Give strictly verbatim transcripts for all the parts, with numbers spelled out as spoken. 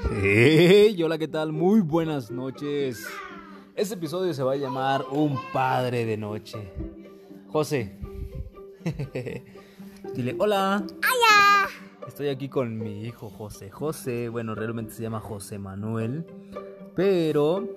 Hey, hola, ¿qué tal? Muy buenas noches. Este episodio se va a llamar Un Padre de Noche. José. Dile, hola. Hola. Estoy aquí con mi hijo José. José, bueno, realmente se llama José Manuel, pero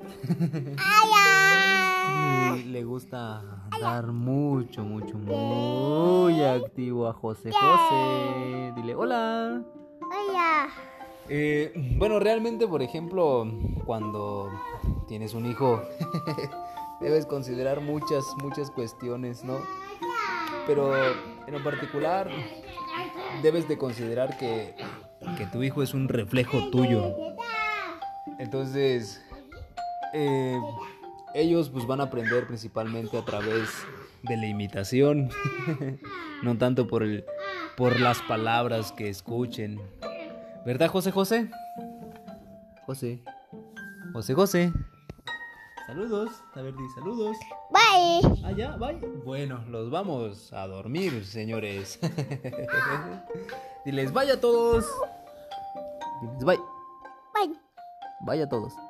Hola. le gusta dar mucho, mucho, muy activo a José. José, dile, hola. Hola. Eh, bueno, realmente, por ejemplo, cuando tienes un hijo, debes considerar muchas, muchas cuestiones, ¿no? Pero en lo particular, debes de considerar que, que tu hijo es un reflejo tuyo. Entonces, eh, ellos pues van a aprender principalmente a través de la imitación, no tanto por el, por las palabras que escuchen. ¿Verdad, José José? José. José José. Saludos. A ver, di saludos. Bye. Ah, ya, bye. Bueno, los vamos a dormir, señores. Diles bye a todos. Diles bye. Bye. Bye a todos.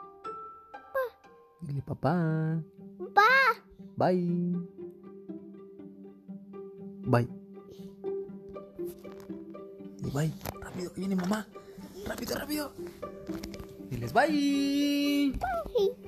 Dile papá. Bye. Bye. Bye. Dile bye. Rápido, que viene mamá. Rápido, rápido. Diles bye. Bye.